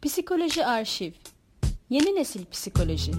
Psikoloji Arşiv. Yeni nesil psikoloji.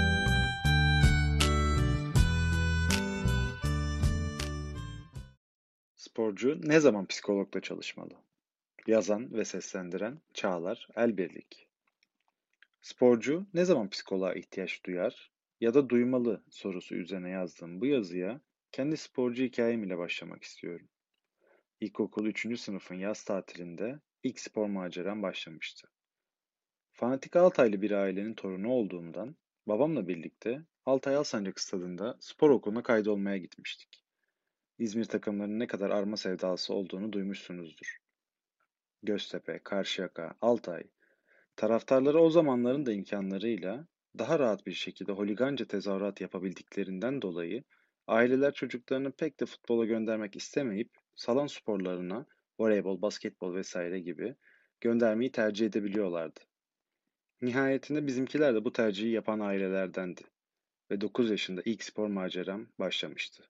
Sporcu ne zaman psikologla çalışmalı? Yazan ve seslendiren Çağlar Elbirlik. Sporcu ne zaman psikoloğa ihtiyaç duyar ya da duymalı sorusu üzerine yazdığım bu yazıya kendi sporcu hikayem ile başlamak istiyorum. İlkokul 3. sınıfın yaz tatilinde ilk spor maceram başlamıştı. Fanatik Altaylı bir ailenin torunu olduğumdan babamla birlikte Altay Alsancak Stadı'nda spor okuluna kaydolmaya gitmiştik. İzmir takımlarının ne kadar arma sevdalısı olduğunu duymuşsunuzdur. Göztepe, Karşıyaka, Altay, taraftarları o zamanların da imkanlarıyla daha rahat bir şekilde holiganca tezahürat yapabildiklerinden dolayı aileler çocuklarını pek de futbola göndermek istemeyip salon sporlarına, voleybol, basketbol vesaire gibi göndermeyi tercih edebiliyorlardı. Nihayetinde bizimkiler de bu tercihi yapan ailelerdendi ve 9 yaşında ilk spor maceram başlamıştı.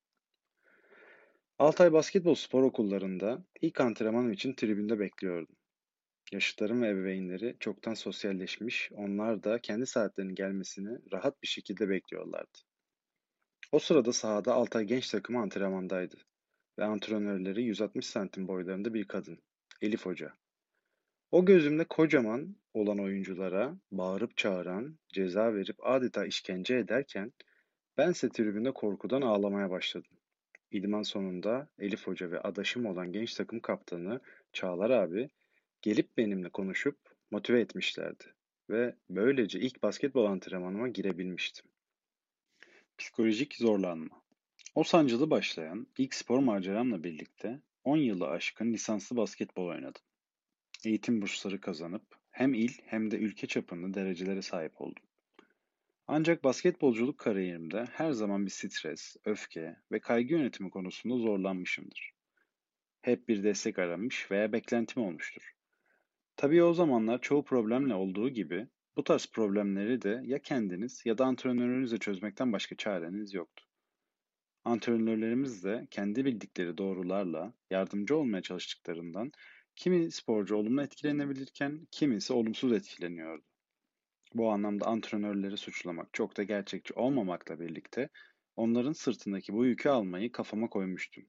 Altay Basketbol Spor Okullarında ilk antrenmanım için tribünde bekliyordum. Yaşıtlarım ve ebeveynleri çoktan sosyalleşmiş, onlar da kendi saatlerinin gelmesini rahat bir şekilde bekliyorlardı. O sırada sahada Altay genç takımı antrenmandaydı ve antrenörleri 160 santim boylarında bir kadın, Elif Hoca. O gözümde kocaman olan oyunculara bağırıp çağıran, ceza verip adeta işkence ederken bense tribünde korkudan ağlamaya başladım. İdman sonunda Elif Hoca ve adaşım olan genç takım kaptanı Çağlar abi gelip benimle konuşup motive etmişlerdi ve böylece ilk basketbol antrenmanıma girebilmiştim. Psikolojik zorlanma. O sancılı başlayan ilk spor maceramla birlikte 10 yılı aşkın lisanslı basketbol oynadım. Eğitim bursları kazanıp hem il hem de ülke çapında derecelere sahip oldum. Ancak basketbolculuk kariyerimde her zaman bir stres, öfke ve kaygı yönetimi konusunda zorlanmışımdır. Hep bir destek aramış veya beklentim olmuştur. Tabii o zamanlar çoğu problemle olduğu gibi bu tarz problemleri de ya kendiniz ya da antrenörünüzle çözmekten başka çareniz yoktu. Antrenörlerimiz de kendi bildikleri doğrularla yardımcı olmaya çalıştıklarından kimi sporcu olumlu etkilenebilirken kimisi olumsuz etkileniyordu. Bu anlamda antrenörleri suçlamak çok da gerçekçi olmamakla birlikte onların sırtındaki bu yükü almayı kafama koymuştum.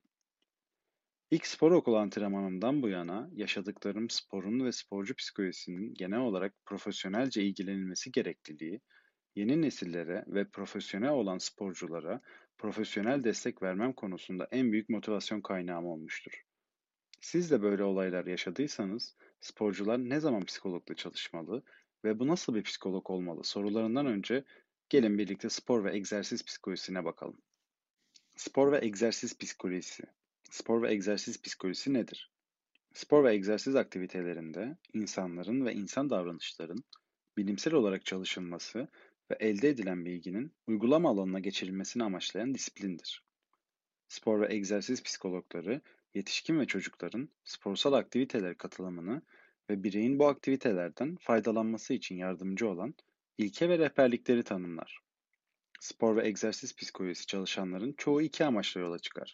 İlk spor okulu antrenmanımdan bu yana yaşadıklarım sporun ve sporcu psikolojisinin genel olarak profesyonelce ilgilenilmesi gerekliliği, yeni nesillere ve profesyonel olan sporculara profesyonel destek vermem konusunda en büyük motivasyon kaynağım olmuştur. Siz de böyle olaylar yaşadıysanız, sporcular ne zaman psikologla çalışmalı ve bu nasıl bir psikolog olmalı sorularından önce gelin birlikte spor ve egzersiz psikolojisine bakalım. Spor ve egzersiz psikolojisi. Spor ve egzersiz psikolojisi nedir? Spor ve egzersiz aktivitelerinde insanların ve insan davranışların bilimsel olarak çalışılması ve elde edilen bilginin uygulama alanına geçirilmesini amaçlayan disiplindir. Spor ve egzersiz psikologları yetişkin ve çocukların sporsal aktivitelere katılımını ve bireyin bu aktivitelerden faydalanması için yardımcı olan ilke ve rehberlikleri tanımlar. Spor ve egzersiz psikolojisi çalışanların çoğu iki amaçla yola çıkar.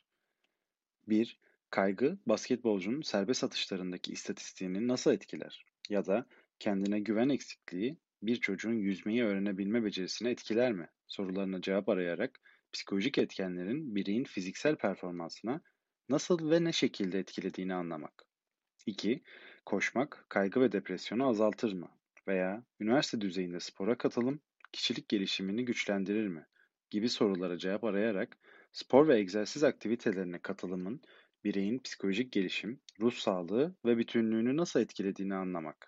1. Kaygı, basketbolcunun serbest atışlarındaki istatistiğini nasıl etkiler? Ya da kendine güven eksikliği bir çocuğun yüzmeyi öğrenebilme becerisini etkiler mi? Sorularına cevap arayarak psikolojik etkenlerin bireyin fiziksel performansına nasıl ve ne şekilde etkilediğini anlamak. 2. Koşmak, kaygı ve depresyonu azaltır mı? Veya üniversite düzeyinde spora katılım, kişilik gelişimini güçlendirir mi? Gibi sorulara cevap arayarak spor ve egzersiz aktivitelerine katılımın bireyin psikolojik gelişim, ruh sağlığı ve bütünlüğünü nasıl etkilediğini anlamak.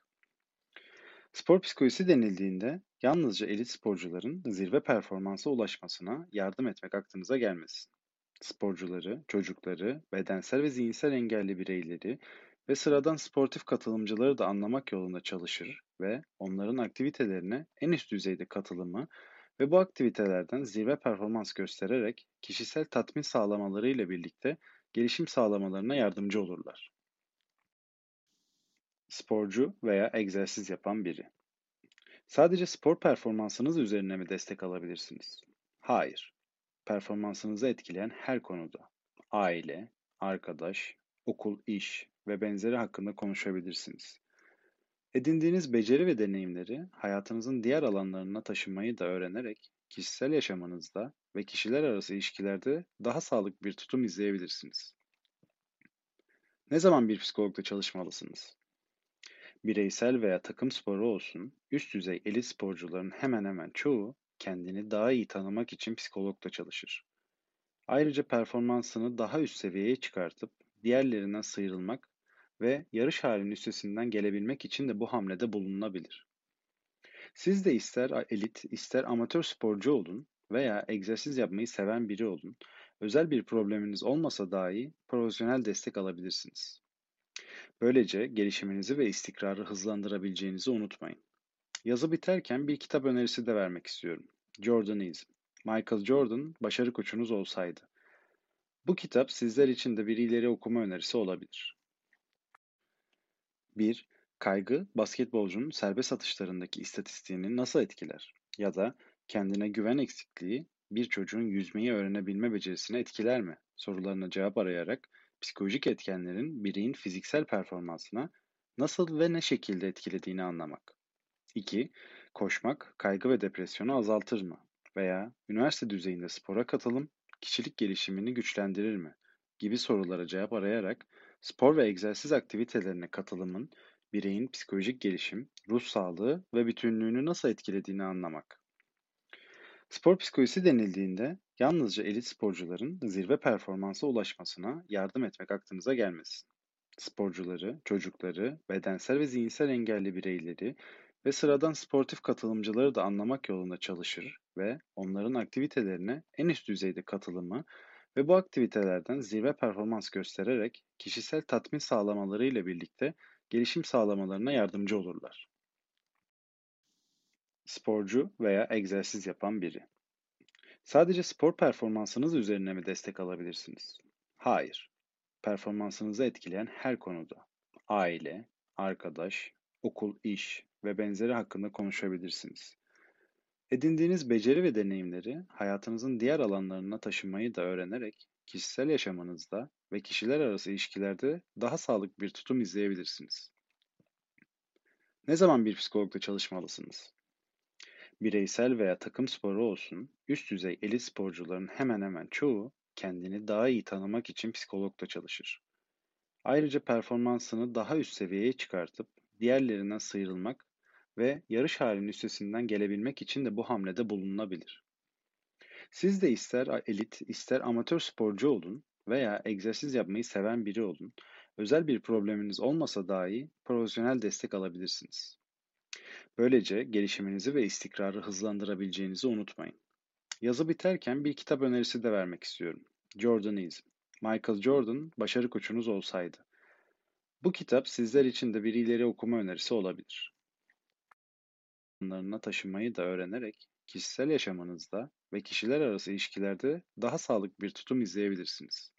Spor psikolojisi denildiğinde yalnızca elit sporcuların zirve performansa ulaşmasına yardım etmek aklınıza gelmesin. Sporcuları, çocukları, bedensel ve zihinsel engelli bireyleri ve sıradan sportif katılımcıları da anlamak yolunda çalışır ve onların aktivitelerine en üst düzeyde katılımı ve bu aktivitelerden zirve performans göstererek kişisel tatmin sağlamaları ile birlikte gelişim sağlamalarına yardımcı olurlar. Sporcu veya egzersiz yapan biri. Sadece spor performansınız üzerine mi destek alabilirsiniz? Hayır. Performansınızı etkileyen her konuda aile, arkadaş, okul, iş ve benzeri hakkında konuşabilirsiniz. Edindiğiniz beceri ve deneyimleri hayatınızın diğer alanlarına taşımayı da öğrenerek kişisel yaşamınızda ve kişiler arası ilişkilerde daha sağlıklı bir tutum izleyebilirsiniz. Ne zaman bir psikologla çalışmalısınız? Bireysel veya takım sporu olsun, üst düzey elit sporcuların hemen hemen çoğu kendini daha iyi tanımak için psikologla çalışır. Ayrıca performansını daha üst seviyeye çıkartıp diğerlerinden sıyrılmak ve yarış halinin üstesinden gelebilmek için de bu hamlede bulunulabilir. Siz de ister elit, ister amatör sporcu olun veya egzersiz yapmayı seven biri olun, özel bir probleminiz olmasa dahi profesyonel destek alabilirsiniz. Böylece gelişiminizi ve istikrarı hızlandırabileceğinizi unutmayın. Yazı biterken bir kitap önerisi de vermek istiyorum. Jordanism. Michael Jordan, başarı koçunuz olsaydı. Bu kitap sizler için de bir ileri okuma önerisi olabilir. 1. Kaygı, basketbolcunun serbest atışlarındaki istatistiğini nasıl etkiler? Ya da kendine güven eksikliği bir çocuğun yüzmeyi öğrenebilme becerisini etkiler mi? Sorularına cevap arayarak psikolojik etkenlerin bireyin fiziksel performansına nasıl ve ne şekilde etkilediğini anlamak. 2. Koşmak kaygı ve depresyonu azaltır mı? Veya üniversite düzeyinde spora katılım kişilik gelişimini güçlendirir mi? Gibi sorulara cevap arayarak spor ve egzersiz aktivitelerine katılımın bireyin psikolojik gelişim, ruh sağlığı ve bütünlüğünü nasıl etkilediğini anlamak. Spor psikolojisi denildiğinde yalnızca elit sporcuların zirve performansa ulaşmasına yardım etmek aklınıza gelmesin. Sporcuları, çocukları, bedensel ve zihinsel engelli bireyleri ve sıradan sportif katılımcıları da anlamak yolunda çalışır ve onların aktivitelerine en üst düzeyde katılımı ve bu aktivitelerden zirve performans göstererek kişisel tatmin sağlamalarıyla birlikte gelişim sağlamalarına yardımcı olurlar. Sporcu veya egzersiz yapan biri. Sadece spor performansınız üzerine mi destek alabilirsiniz? Hayır. Performansınızı etkileyen her konuda aile, arkadaş, okul, iş ve benzeri hakkında konuşabilirsiniz. Edindiğiniz beceri ve deneyimleri hayatınızın diğer alanlarına taşımayı da öğrenerek kişisel yaşamınızda ve kişiler arası ilişkilerde daha sağlıklı bir tutum izleyebilirsiniz. Ne zaman bir psikologla çalışmalısınız? Bireysel veya takım sporu olsun, üst düzey elit sporcuların hemen hemen çoğu kendini daha iyi tanımak için psikologla çalışır. Ayrıca performansını daha üst seviyeye çıkartıp diğerlerinden sıyrılmak ve yarış halinin üstesinden gelebilmek için de bu hamlede bulunulabilir. Siz de ister elit, ister amatör sporcu olun veya egzersiz yapmayı seven biri olun, özel bir probleminiz olmasa dahi profesyonel destek alabilirsiniz. Böylece gelişiminizi ve istikrarı hızlandırabileceğinizi unutmayın. Yazı biterken bir kitap önerisi de vermek istiyorum. Jordanism. Michael Jordan, başarı koçunuz olsaydı. Bu kitap sizler için de bir ileri okuma önerisi olabilir. Bunlarına taşımayı da öğrenerek kişisel yaşamınızda ve kişiler arası ilişkilerde daha sağlıklı bir tutum izleyebilirsiniz.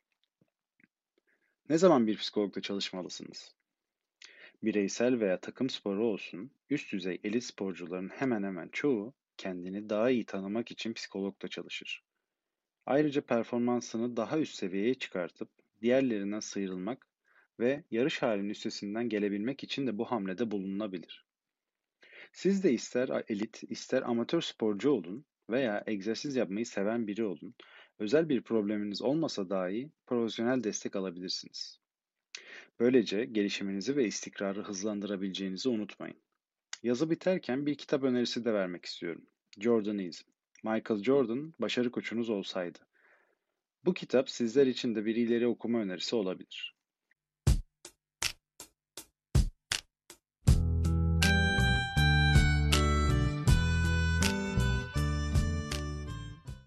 Ne zaman bir psikologla çalışmalısınız? Bireysel veya takım sporu olsun, üst düzey elit sporcuların hemen hemen çoğu kendini daha iyi tanımak için psikologla çalışır. Ayrıca performansını daha üst seviyeye çıkartıp diğerlerinden sıyrılmak ve yarış halinin üstesinden gelebilmek için de bu hamlede bulunulabilir. Siz de ister elit, ister amatör sporcu olun veya egzersiz yapmayı seven biri olun, özel bir probleminiz olmasa dahi profesyonel destek alabilirsiniz. Böylece gelişiminizi ve istikrarı hızlandırabileceğinizi unutmayın. Yazı biterken bir kitap önerisi de vermek istiyorum. Jordanism. Michael Jordan, başarı koçunuz olsaydı. Bu kitap sizler için de bir ileri okuma önerisi olabilir.